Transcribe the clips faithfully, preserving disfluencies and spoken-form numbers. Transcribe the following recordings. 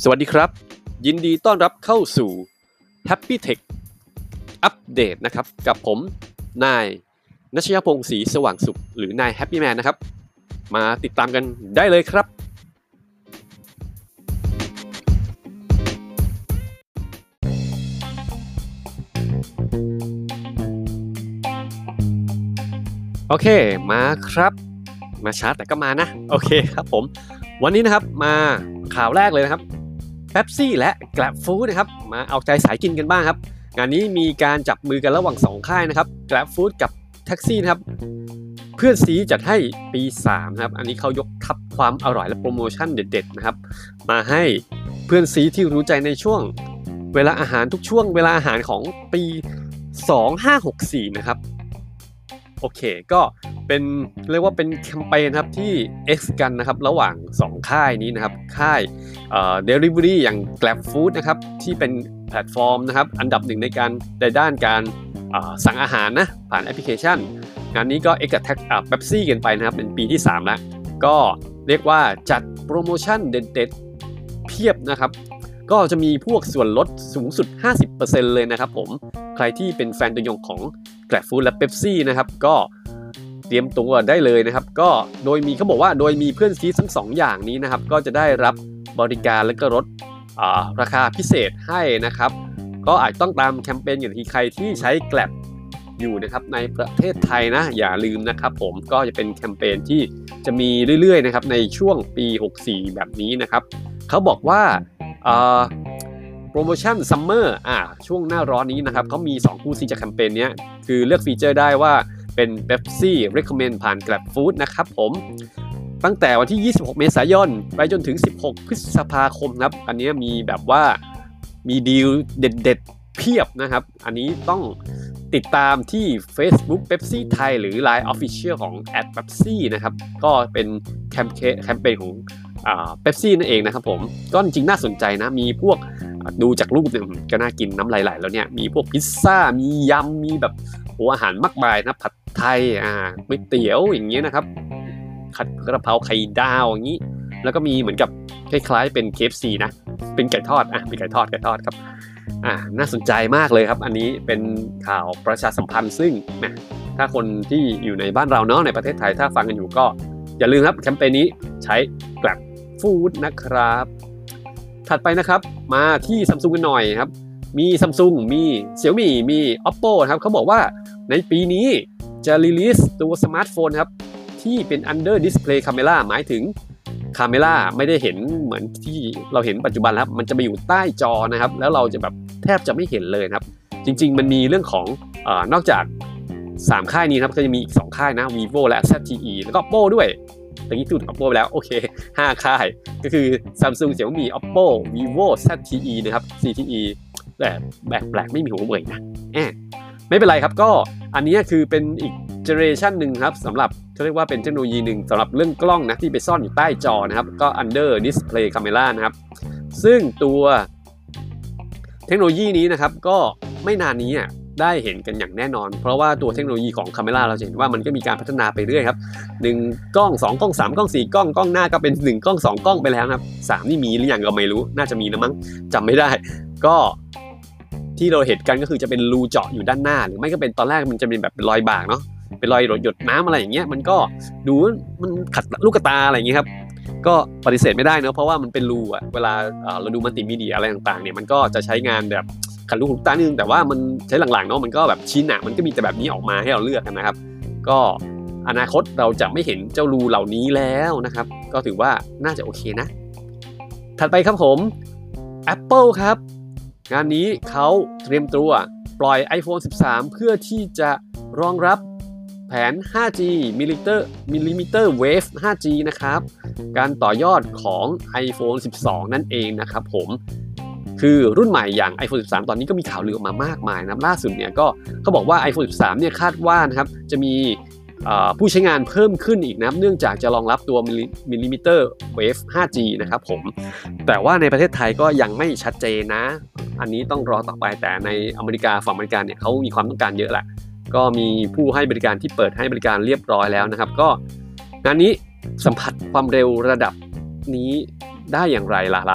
สวัสดีครับยินดีต้อนรับเข้าสู่ Happy Tech อัปเดตนะครับกับผมนายณัชยพงศ์ศรีสว่างสุขหรือนาย Happy Man นะครับมาติดตามกันได้เลยครับโอเคมาครับมาช้าแต่ก็มานะโอเคครับผมวันนี้นะครับมาข่าวแรกเลยนะครับPepsi และ Grab Food นะครับมาเอาใจสายกินกันบ้างครับงานนี้มีการจับมือกันระหว่างสองค่ายนะครับ Grab Food กับ Taxi นะครับเพื่อนซีจัดให้ปีสามนะครับอันนี้เขายกทับความอร่อยและโปรโมชั่นเด็ดๆนะครับมาให้เพื่อนซีที่รู้ใจในช่วงเวลาอาหารทุกช่วงเวลาอาหารของปีสองพันห้าร้อยหกสิบสี่นะครับโอเคก็เป็นเรียกว่าเป็นแคมเปญครับที่ X กันนะครับระหว่างสองค่ายนี้นะครับค่ายเอ่อ Delivery อย่าง Grab Food นะครับที่เป็นแพลตฟอร์มนะครับอันดับหนึ่งในการในด้านการสั่งอาหารนะผ่านแอปพลิเคชันงานนี้ก็ X กับ Pepsi กันไปนะครับเป็นปีที่สามแล้วก็เรียกว่าจัดโปรโมชั่นเด็ดๆเพียบนะครับก็จะมีพวกส่วนลดสูงสุด ห้าสิบเปอร์เซ็นต์ เลยนะครับผมใครที่เป็นแฟนตัวยงของ Grab Food และ Pepsi นะครับก็เตรียมตัวได้เลยนะครับก็โดยมีเขาบอกว่าโดยมีเพื่อนซีทั้งสองอย่างนี้นะครับก็จะได้รับบริการและก็ลดราคาพิเศษให้นะครับก็อาจต้องตามแคมเปญอย่างที่ใครที่ใช้ Grab อยู่นะครับในประเทศไทยนะอย่าลืมนะครับผมก็จะเป็นแคมเปญที่จะมีเรื่อยๆนะครับในช่วงปีหกสิบสี่แบบนี้นะครับเขาบอกว่าโปรโมชั่นซัมเมอร์อ่าช่วงหน้าร้อนนี้นะครับเขามีสองคู่ซีจากแคมเปญนี้คือเลือกฟีเจอร์ได้ว่าเป็น Pepsi Recommend ผ่าน Grab Food นะครับผมตั้งแต่วันที่ยี่สิบหกเมษายนไปจนถึงสิบหกพฤษภาคมครับอันนี้มีแบบว่ามีดีลเด็ดๆเพียบนะครับอันนี้ต้องติดตามที่ Facebook Pepsi ไทยหรือ ไลน์ Official ของ แอท Pepsi นะครับก็เป็นแคมเปญแคมเปญของอ่า Pepsi นั่นเองนะครับผมก็จริงๆน่าสนใจนะมีพวกดูจากรูปเนี่ยก็น่ากินน้ำลายไหลแล้วเนี่ยมีพวกพิซซ่ามียำมีแบบโอ้อาหารมากมายนะผัดไทยอ่าก๋วยเตี๋ยวอย่างเงี้ยนะครับผัดกระเพราไข่ดาวอย่างงี้แล้วก็มีเหมือนกับคล้ายๆเป็น เค เอฟ ซี นะเป็นไก่ทอดอ่ะเป็นไก่ทอดไก่ทอดครับอ่าน่าสนใจมากเลยครับอันนี้เป็นข่าวประชาสัมพันธ์ซึ่งนะถ้าคนที่อยู่ในบ้านเราเนาะในประเทศไทยถ้าฟังกันอยู่ก็อย่าลืมครับแคมเปญนี้ใช้ Grab Food นะครับถัดไปนะครับมาที่ Samsung กันหน่อยครับมี Samsung มี Xiaomi มี Oppo ครับเขาบอกว่าในปีนี้จะรีลีสตัวสมาร์ทโฟนครับที่เป็น Under Display Camera หมายถึงคาเมล่าไม่ได้เห็นเหมือนที่เราเห็นปัจจุบันครับมันจะไปอยู่ใต้จอนะครับแล้วเราจะแบบแทบจะไม่เห็นเลยครับจริงๆมันมีเรื่องของเอ่อนอกจากสามค่ายนี้ครับก็จะมีอีกสองค่ายนะ Vivo และ แซด ที อี แล้วก็ Oppo ด้วยตะกี้พูดถึง Oppo ไปแล้วโอเคห้าค่ายก็คือ Samsung Xiaomi Oppo Vivo แซด ที อี นะครับ ซี ที อี แต่แปลกแปลกไม่มีหัวเว่ยนะแอบไม่เป็นไรครับก็อันนี้คือเป็นอีกเจเนอเรชันหนึ่งครับสำหรับเขาเรียกว่าเป็นเทคโนโลยีหนึ่งสำหรับเรื่องกล้องนะที่ไปซ่อนอยู่ใต้จอนะครับก็ Under Display Camera นะครับซึ่งตัวเทคโนโลยีนี้นะครับก็ไม่นานนี้ได้เห็นกันอย่างแน่นอนเพราะว่าตัวเทคโนโลยีของคาเมล่าเราจะเห็นว่ามันก็มีการพัฒนาไปเรื่อยครับหนึ่งกล้องสองกล้องสามกล้องสี่กล้องกล้องหน้าก็เป็นหนึ่งกล้องสองกล้องไปแล้วครับสามนี่มีหรือยังก็ไม่รู้น่าจะมีนะมั้งจำไม่ได้ก็ที่เราเห็นกันก็คือจะเป็นรูเจาะอยู่ด้านหน้าหรือไม่ก็เป็นตอนแรกมันจะเป็นแบบเป็นรอยบากเนาะเป็นรอยหยดน้ำอะไรอย่างเงี้ยมันก็ดูมันขัดลูกตาอะไรอย่างเงี้ยครับก็ปฏิเสธไม่ได้เนอะเพราะว่ามันเป็นรูอะเวลาเราดูมัลติมีเดียอะไรต่างๆเนี่ยมันก็จะใช้งานแบบขัดลูกตานึงแต่ว่ามันใช้หลังๆเนาะมันก็แบบชิ้นอะมันก็มีแต่แบบนี้ออกมาให้เราเลือกกันนะครับก็อนาคตเราจะไม่เห็นเจ้ารูเหล่านี้แล้วนะครับก็ถือว่าน่าจะโอเคนะถัดไปครับผม Apple ครับงานนี้เขาเตรียมตัวปล่อย iPhone สิบสาม เพื่อที่จะรองรับแผน ห้าจี Millimeter Wave ห้าจี นะครับการต่อยอดของ iPhone สิบสอง นั่นเองนะครับผมคือรุ่นใหม่อย่าง iPhone สิบสาม ตอนนี้ก็มีข่าวลือออกมามากมายนะล่าสุดเนี่ยก็เขาบอกว่า iPhone สิบสาม เนี่ยคาดว่านะครับจะมีผู้ใช้งานเพิ่มขึ้นอีกนะเนื่องจากจะรองรับตัว Millimeter Wave ห้าจี นะครับผมแต่ว่าในประเทศไทยก็ยังไม่ชัดเจนนะอันนี้ต้องรอต่อไปแต่ในอเมริกาฝั่งอเมริกาเนี่ยเขามีความต้องการเยอะแหละก็มีผู้ให้บริการที่เปิดให้บริการเรียบร้อยแล้วนะครับก็งานนี้สัมผัสความเร็วระดับนี้ได้อย่างไรล่ะเรา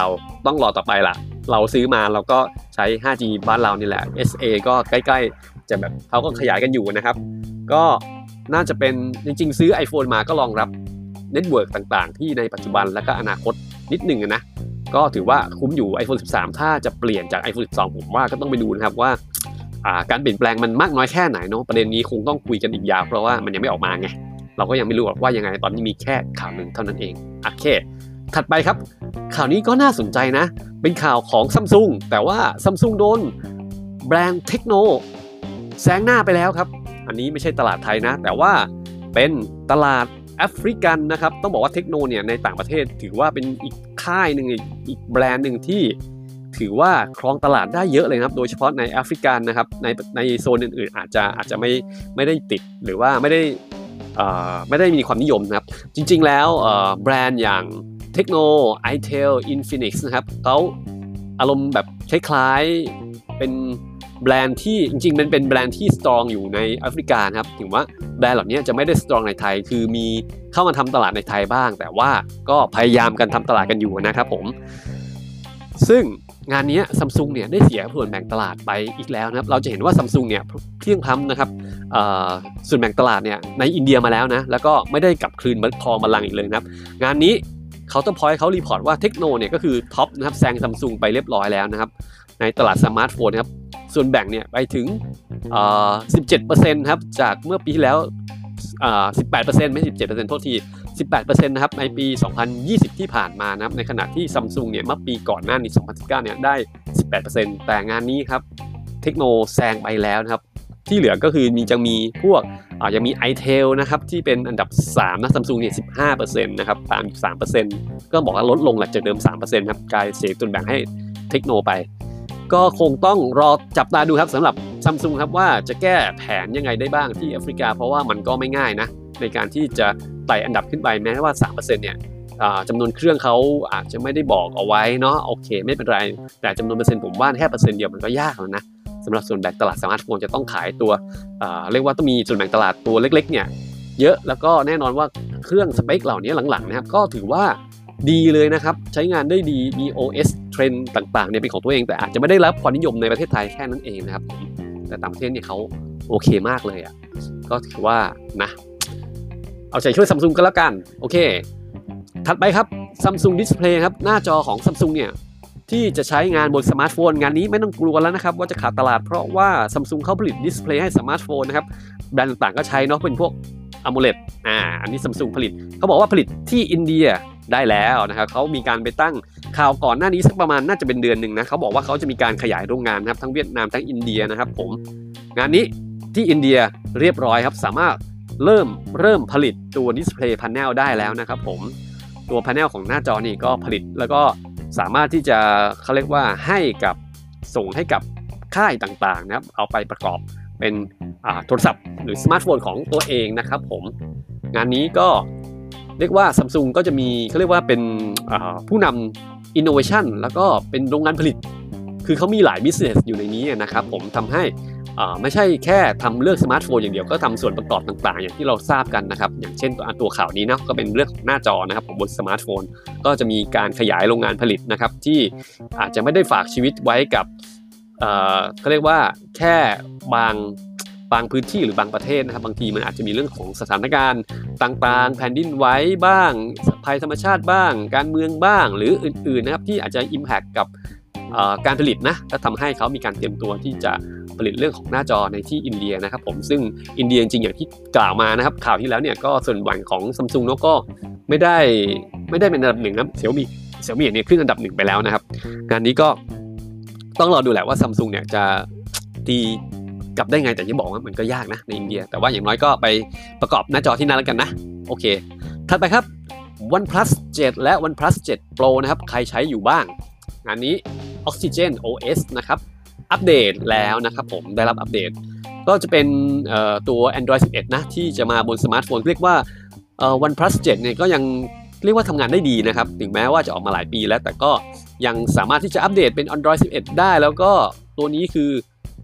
ต้องรอต่อไปล่ะเราซื้อมาเราก็ใช้ ห้าจี บ้านเรานี่แหละ เอส เอ ก็ใกล้ๆจะแบบเขาก็ขยายกันอยู่นะครับก็น่าจะเป็นจริงๆซื้อ iPhone มาก็รองรับเน็ตเวิร์กต่างๆที่ในปัจจุบันและก็อนาคตนิดหนึ่งนะก็ถือว่าคุ้มอยู่ iPhone สิบสาม ถ้าจะเปลี่ยนจาก iPhone สิบสอง ผมว่าก็ต้องไปดูนะครับว่าการเปลี่ยนแปลงมันมากน้อยแค่ไหนเนาะประเด็นนี้คงต้องคุยกันอีกยาวเพราะว่ามันยังไม่ออกมาไงเราก็ยังไม่รู้ว่ายังไงตอนนี้มีแค่ข่าวหนึ่งเท่านั้นเองโอเคถัดไปครับข่าวนี้ก็น่าสนใจนะเป็นข่าวของ Samsung แต่ว่า Samsung โดนแบรนด์เทคโนแซงหน้าไปแล้วครับอันนี้ไม่ใช่ตลาดไทยนะแต่ว่าเป็นตลาดแอฟริกันนะครับต้องบอกว่าเทคโนเนี่ยในต่างประเทศถือว่าเป็นอีกค่ายหนึ่งอีกแบรนด์หนึ่งที่ถือว่าครองตลาดได้เยอะเลยครับโดยเฉพาะในแอฟริกันนะครับในในโซนอื่นๆอาจจะอาจจะไม่ไม่ได้ติดหรือว่าไม่ได้ไม่ได้มีความนิยมนะครับจริงๆแล้วแบรนด์อย่างเทคโน iTel Infinix นะครับเขาอารมณ์แบบคล้ายๆเป็นแบรนด์ที่จริงๆมันเป็นแบรนด์ที่สตรองอยู่ในแอฟริกาครับถึงว่าแบรนด์เหล่านี้จะไม่ได้สตรองในไทยคือมีเข้ามาทำตลาดในไทยบ้างแต่ว่าก็พยายามกันทำตลาดกันอยู่นะครับผมซึ่งงานนี้ Samsung เนี่ยได้เสียส่วนแบ่งตลาดไปอีกแล้วนะครับเราจะเห็นว่า Samsung เนี่ยเพียงพล้ำนะครับส่วนแบ่งตลาดเนี่ยในอินเดียมาแล้วนะแล้วก็ไม่ได้กลับคืนมาครองบัลลังก์อีกเลยนะครับงานนี้เขาต้องพอยเขารีพอร์ตว่าเทคโนเนี่ยก็คือท็อปนะครับแซง Samsung ไปเรียบร้อยแล้วนะครับในตลาดสมาร์ทโฟนนะครับส่วนแบ่งเนี่ยไปถึง สิบเจ็ดเปอร์เซ็นต์ ครับจากเมื่อปีที่แล้ว สิบแปดเปอร์เซ็นต์ ไม่ สิบเจ็ดเปอร์เซ็นต์ โทษที สิบแปดเปอร์เซ็นต์ นะครับในปีสองพันยี่สิบที่ผ่านมานะครับในขณะที่ Samsung เนี่ยเมื่อปีก่อนหน้านี้สองพันสิบเก้าเนี่ยได้ สิบแปดเปอร์เซ็นต์ แต่งานนี้ครับเทคโนแซงไปแล้วนะครับที่เหลือก็คือมีจะมีพวกอ่ายังมี iTel นะครับที่เป็นอันดับสามนะ Samsung เนี่ย สิบห้าเปอร์เซ็นต์ นะครับตามอีก สามเปอร์เซ็นต์ ก็บอกว่าลดลงหลังจากเดิม สามเปอร์เซ็นต์ ครับกลายเสียส่วนแบ่งให้เทคโนไปก็คงต้องรอจับตาดูครับสำหรับ Samsung ครับว่าจะแก้แผนยังไงได้บ้างที่แอฟริกาเพราะว่ามันก็ไม่ง่ายนะในการที่จะไต่อันดับขึ้นไปแม้ว่า สามเปอร์เซ็นต์ เนี่ยจำนวนเครื่องเขาอาจจะไม่ได้บอกเอาไว้เนาะโอเคไม่เป็นไรแต่จำนวนเปอร์เซ็นต์ผมว่าแค่เปอร์เซ็นต์เดียวมันก็ยากแล้วนะสำหรับส่วนแบ่งตลาดสมาร์ทโฟนจะต้องขายตัวเรียกว่าต้องมีส่วนแบ่งตลาดตัวเล็กๆเนี่ยเยอะแล้วก็แน่นอนว่าเครื่องสเปคเหล่านี้หลังๆนะครับก็ถือว่าดีเลยนะครับใช้งานได้ดีมี โอ เอส เทรนด์ต่างๆเนี่ยเป็นของตัวเองแต่อาจจะไม่ได้รับความนิยมในประเทศไทยแค่นั้นเองนะครับแต่ต่างประเทศเนี่ยเขาโอเคมากเลยอ่ะก็ถือว่านะเอาใจช่วย Samsung กันแล้วกันโอเคถัดไปครับ Samsung Display ครับหน้าจอของ Samsung เนี่ยที่จะใช้งานบนสมาร์ทโฟนงานนี้ไม่ต้องกลัวแล้วนะครับว่าจะขาดตลาดเพราะว่า Samsung เขาผลิตดิสเพลย์ให้สมาร์ทโฟนนะครับแบรนด์ต่างๆก็ใช้เนาะเป็นพวก AMOLED อ่าอันนี้ Samsung ผลิตเขาบอกว่าผลิตที่อินเดียได้แล้วนะครับเขามีการไปตั้งข่าวก่อนหน้านี้สักประมาณน่าจะเป็นเดือนหนึ่งนะเขาบอกว่าเขาจะมีการขยายโรงงานครับทั้งเวียดนามทั้งอินเดียนะครับผมงานนี้ที่อินเดียเรียบร้อยครับสามารถเริ่มเริ่มผลิตตัวดิสเพลย์พาเนลได้แล้วนะครับผมตัวพาเนลของหน้าจอนี่ก็ผลิตแล้วก็สามารถที่จะเขาเรียกว่าให้กับส่งให้กับค่ายต่างๆนะครับเอาไปประกอบเป็นโทรศัพท์หรือสมาร์ทโฟนของตัวเองนะครับผมงานนี้ก็เรียกว่า Samsung ก็จะมีเขาเรียกว่าเป็นผู้นำ innovation แล้วก็เป็นโรงงานผลิตคือเขามีหลาย business อยู่ในนี้นะครับผมทำให้ไม่ใช่แค่ทำเรื่องสมาร์ทโฟนอย่างเดียวก็ทำส่วนประกอบต่างๆอย่างที่เราทราบกันนะครับอย่างเช่นตัวตัวข่าวนี้นะก็เป็นเรื่องของหน้าจอนะครับผมบนสมาร์ทโฟนก็จะมีการขยายโรงงานผลิตนะครับที่อาจจะไม่ได้ฝากชีวิตไว้กับเขาเรียกว่าแค่บางบางพื้นที่หรือบางประเทศนะครับบางทีมันอาจจะมีเรื่องของสถานการณ์ต่างๆแผ่นดินไหวบ้างภัยธรรมชาติบ้างการเมืองบ้างหรืออื่นๆนะครับที่อาจจะ impact กับการผลิตนะก็ทำให้เขามีการเตรียมตัวที่จะผลิตเรื่องของหน้าจอในที่อินเดียนะครับผมซึ่งอินเดียจริงๆอย่างที่กล่าวมานะครับข่าวที่แล้วเนี่ยก็ส่วนแบ่งของ Samsung เนาะก็ไม่ได้ไม่ได้เป็นอันดับหนึ่งนะเสี่ยวมี่เสี่ยวมี่เนี่ยขึ้นอันดับหนึ่งไปแล้วนะครับงานนี้ก็ต้องรอดูแหละว่า Samsung เนี่ยจะตีกลับได้ไงแต่ที่บอกว่ามันก็ยากนะในอินเดียแต่ว่าอย่างน้อยก็ไปประกอบหน้าจอที่นั่นแล้วกันนะโอเคถัดไปครับ OnePlus เจ็ด และ OnePlus เจ็ด Pro นะครับใครใช้อยู่บ้างงานนี้ Oxygen โอ เอส นะครับอัปเดตแล้วนะครับผมได้รับอัปเดตก็จะเป็นตัว Android สิบเอ็ด นะที่จะมาบนสมาร์ทโฟนเรียกว่า OnePlus เจ็ด เนี่ยก็ยังเรียกว่าทำงานได้ดีนะครับถึงแม้ว่าจะออกมาหลายปีแล้วแต่ก็ยังสามารถที่จะอัปเดตเป็น Android สิบเอ็ด ได้แล้วก็ตัวนี้คือเ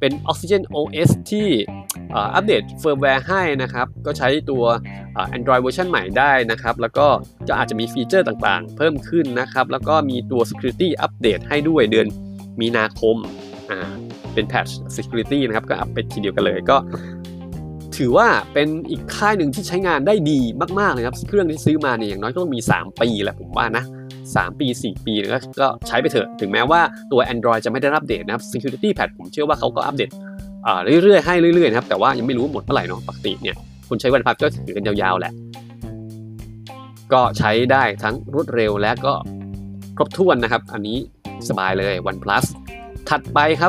เป็น Oxygen โอ เอส ที่อัปเดตเฟิร์มแวร์ให้นะครับก็ใช้ตัว Android เวอร์ชันใหม่ได้นะครับแล้วก็จะอาจจะมีฟีเจอร์ต่างๆเพิ่มขึ้นนะครับแล้วก็มีตัว Security อัปเดตให้ด้วยเดือนมีนาคมอ่าเป็นแพทช์ Security นะครับก็อัปเดตทีเดียวกันเลยก็ถือว่าเป็นอีกค่ายหนึ่งที่ใช้งานได้ดีมากๆเลยครับเครื่องที่ซื้อมาเนี่ยอย่างน้อยก็ต้องมีสามปีแล้วผมว่านะสามปีสี่ปีก็ก็ใช้ไปเถอะถึงแม้ว่าตัว Android จะไม่ได้อัปเดตนะครับ Security Patch ผมเชื่อว่าเขาก็อัปเดตอ่าเรื่อยๆให้เรื่อยๆนะครับแต่ว่ายังไม่รู้หมดเมื่อไหร่เนาะปกติเนี่ยคุณใช้ OnePlus ก็ถือกันยาวๆแหละก็ใช้ได้ทั้งรวดเร็วและก็ครบถ้วนนะครับอันนี้สบายเลย OnePlus ถัดไปครับ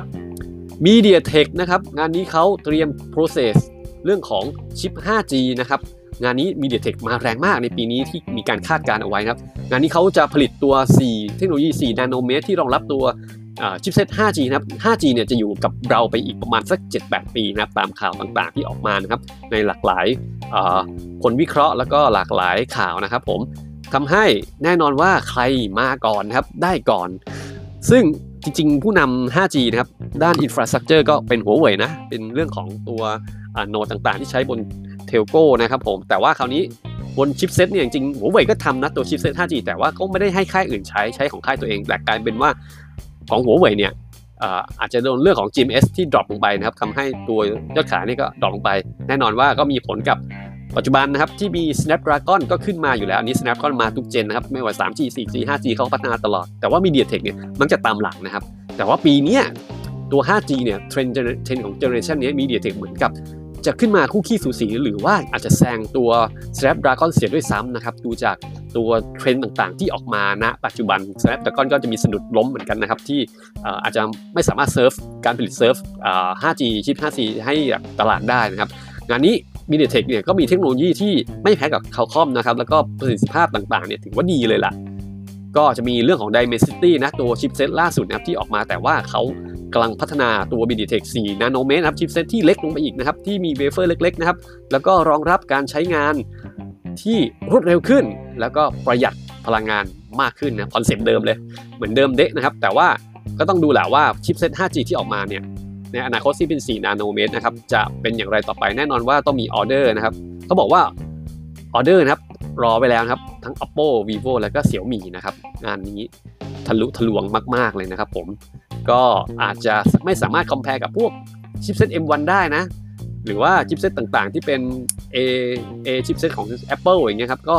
MediaTek นะครับงานนี้เขาเตรียม process เรื่องของชิป ห้าจี นะครับงานนี้ MediaTek มาแรงมากในปีนี้ที่มีการคาดการณ์เอาไว้ครับงานนี้เขาจะผลิตตัวสี่เทคโนโลยีสี่นาโนเมตรที่รองรับตัวชิปเซ็ต ห้าจี นะครับ ห้าจี เนี่ยจะอยู่กับเราไปอีกประมาณสัก เจ็ดแปด ปีนะครับตามข่าวต่างๆที่ออกมานะครับในหลากหลายคนวิเคราะห์แล้วก็หลากหลายข่าวนะครับผมทำให้แน่นอนว่าใครมาก่อนครับได้ก่อนซึ่งจริงๆผู้นำ ห้าจี นะครับด้าน Infrastructure ก็เป็นหัวเว่ยนะเป็นเรื่องของตัวโน้ตต่างๆที่ใช้บนเทลโก้นะครับผมแต่ว่าคราวนี้บนชิปเซ็ตเนี่ยจริงๆหัวเว่ยก็ทำนะตัวชิปเซ็ต ห้าจี แต่ว่าก็ไม่ได้ให้ค่ายอื่นใช้ใช้ของค่ายตัวเองแต่กลายเป็นว่าของหัวเว่ยเนี่ยอาจจะโดนเรื่องของ จี เอ็ม เอส ที่ดรอปลงไปนะครับทำให้ตัวยอดขายนี่ก็ดรอปลงไปแน่นอนว่าก็มีผลกับปัจจุบันนะครับที่มี Snapdragon ก็ขึ้นมาอยู่แล้วอันนี้ Snapdragon มาทุกเจนนะครับไม่ว่า สามจี สี่จี ห้าจี เขาพัฒนาตลอดแต่ว่า MediaTek เนี่ยมันจะตามหลังนะครับแต่ว่าปีนี้ตัว ห้าจี เนี่ยเทรนด์เทรนด์ของเจเนอเรชันนี้ MediaTek เหมือนกับจะขึ้นมาคู่ขี้สูสีหรือว่าอาจจะแซงตัว Snapdragon เสียด้วยซ้ำนะครับดูจากตัวเทรนด์ต่างๆที่ออกมาณปัจจุบัน Snapdragon ก็จะมีสะดุดล้มเหมือนกันนะครับที่อาจจะไม่สามารถเซิร์ฟการผลิตเซิร์ฟ ห้าจี ชิป ห้าจี ให้ตลาดได้นะครับงานนี้ MediaTek เนี่ยก็มีเทคโนโลยีที่ไม่แพ้กับ Qualcomm นะครับแล้วก็ประสิทธิภาพต่างๆเนี่ยถือว่าดีเลยล่ะก็จะมีเรื่องของ Dimensity นะตัวชิปเซ็ตล่าสุดนะครับที่ออกมาแต่ว่าเขากำลังพัฒนาตัว MediaTek สี่นาโนเมตรนะครับชิปเซ็ตที่เล็กลงไปอีกนะครับที่มีเวเฟอร์เล็กๆนะครับแล้วก็รองรับการใช้งานที่รวดเร็วขึ้นแล้วก็ประหยัดพลังงานมากขึ้นนะคอนเซ็ปต์เดิมเลยเหมือนเดิมเดะนะครับแต่ว่าก็ต้องดูแหละว่าชิปเซ็ต ห้าจี ที่ออกมาเนี่ยในอนาคตที่เป็นสี่นาโนเมตรนะครับจะเป็นอย่างไรต่อไปแน่นอนว่าต้องมีออเดอร์นะครับเขาบอกว่าออเดอร์นะครับรอไปแล้วนะครับทั้ง Oppo Vivo แล้วก็ Xiaomi นะครับงานนี้ทะลุทะลวงมากๆเลยนะครับผมก็อาจจะไม่สามารถ compare กับพวกชิปเซ็ต เอ็ม วัน ได้นะหรือว่าชิปเซ็ตต่างๆที่เป็น A A ชิปเซ็ตของ Apple อย่างเงี้ยครับก็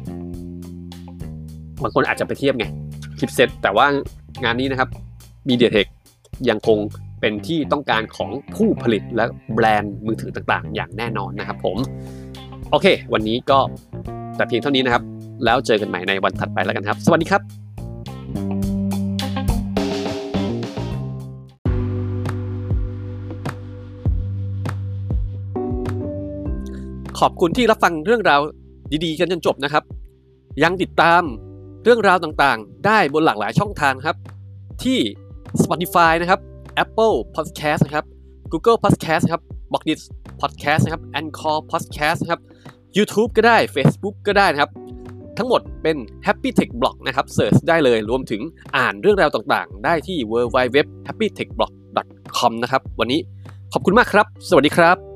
บางคนอาจจะไปเทียบไงชิปเซ็ตแต่ว่างานนี้นะครับ MediaTek ยังคงเป็นที่ต้องการของผู้ผลิตและแบรนด์มือถือต่างๆอย่างแน่นอนนะครับผมโอเควันนี้ก็แต่เพียงเท่านี้นะครับแล้วเจอกันใหม่ในวันถัดไปแล้วกันครับสวัสดีครับขอบคุณที่รับฟังเรื่องราวดีๆกันจนจบนะครับยังติดตามเรื่องราวต่างๆได้บนหลากหลายช่องทางครับที่ Spotify นะครับ Apple Podcast นะครับ Google Podcast ครับ Podcast Podcast นะครับ Anchor Podcast นะครับ YouTube ก็ได้ Facebook ก็ได้นะครับทั้งหมดเป็น Happy Tech Blog นะครับเสิร์ชได้เลยรวมถึงอ่านเรื่องราวต่างๆได้ที่ ดับเบิลยู ดับเบิลยู ดับเบิลยู ดอท แฮปปี้เทคบล็อก ดอท คอม นะครับวันนี้ขอบคุณมากครับสวัสดีครับ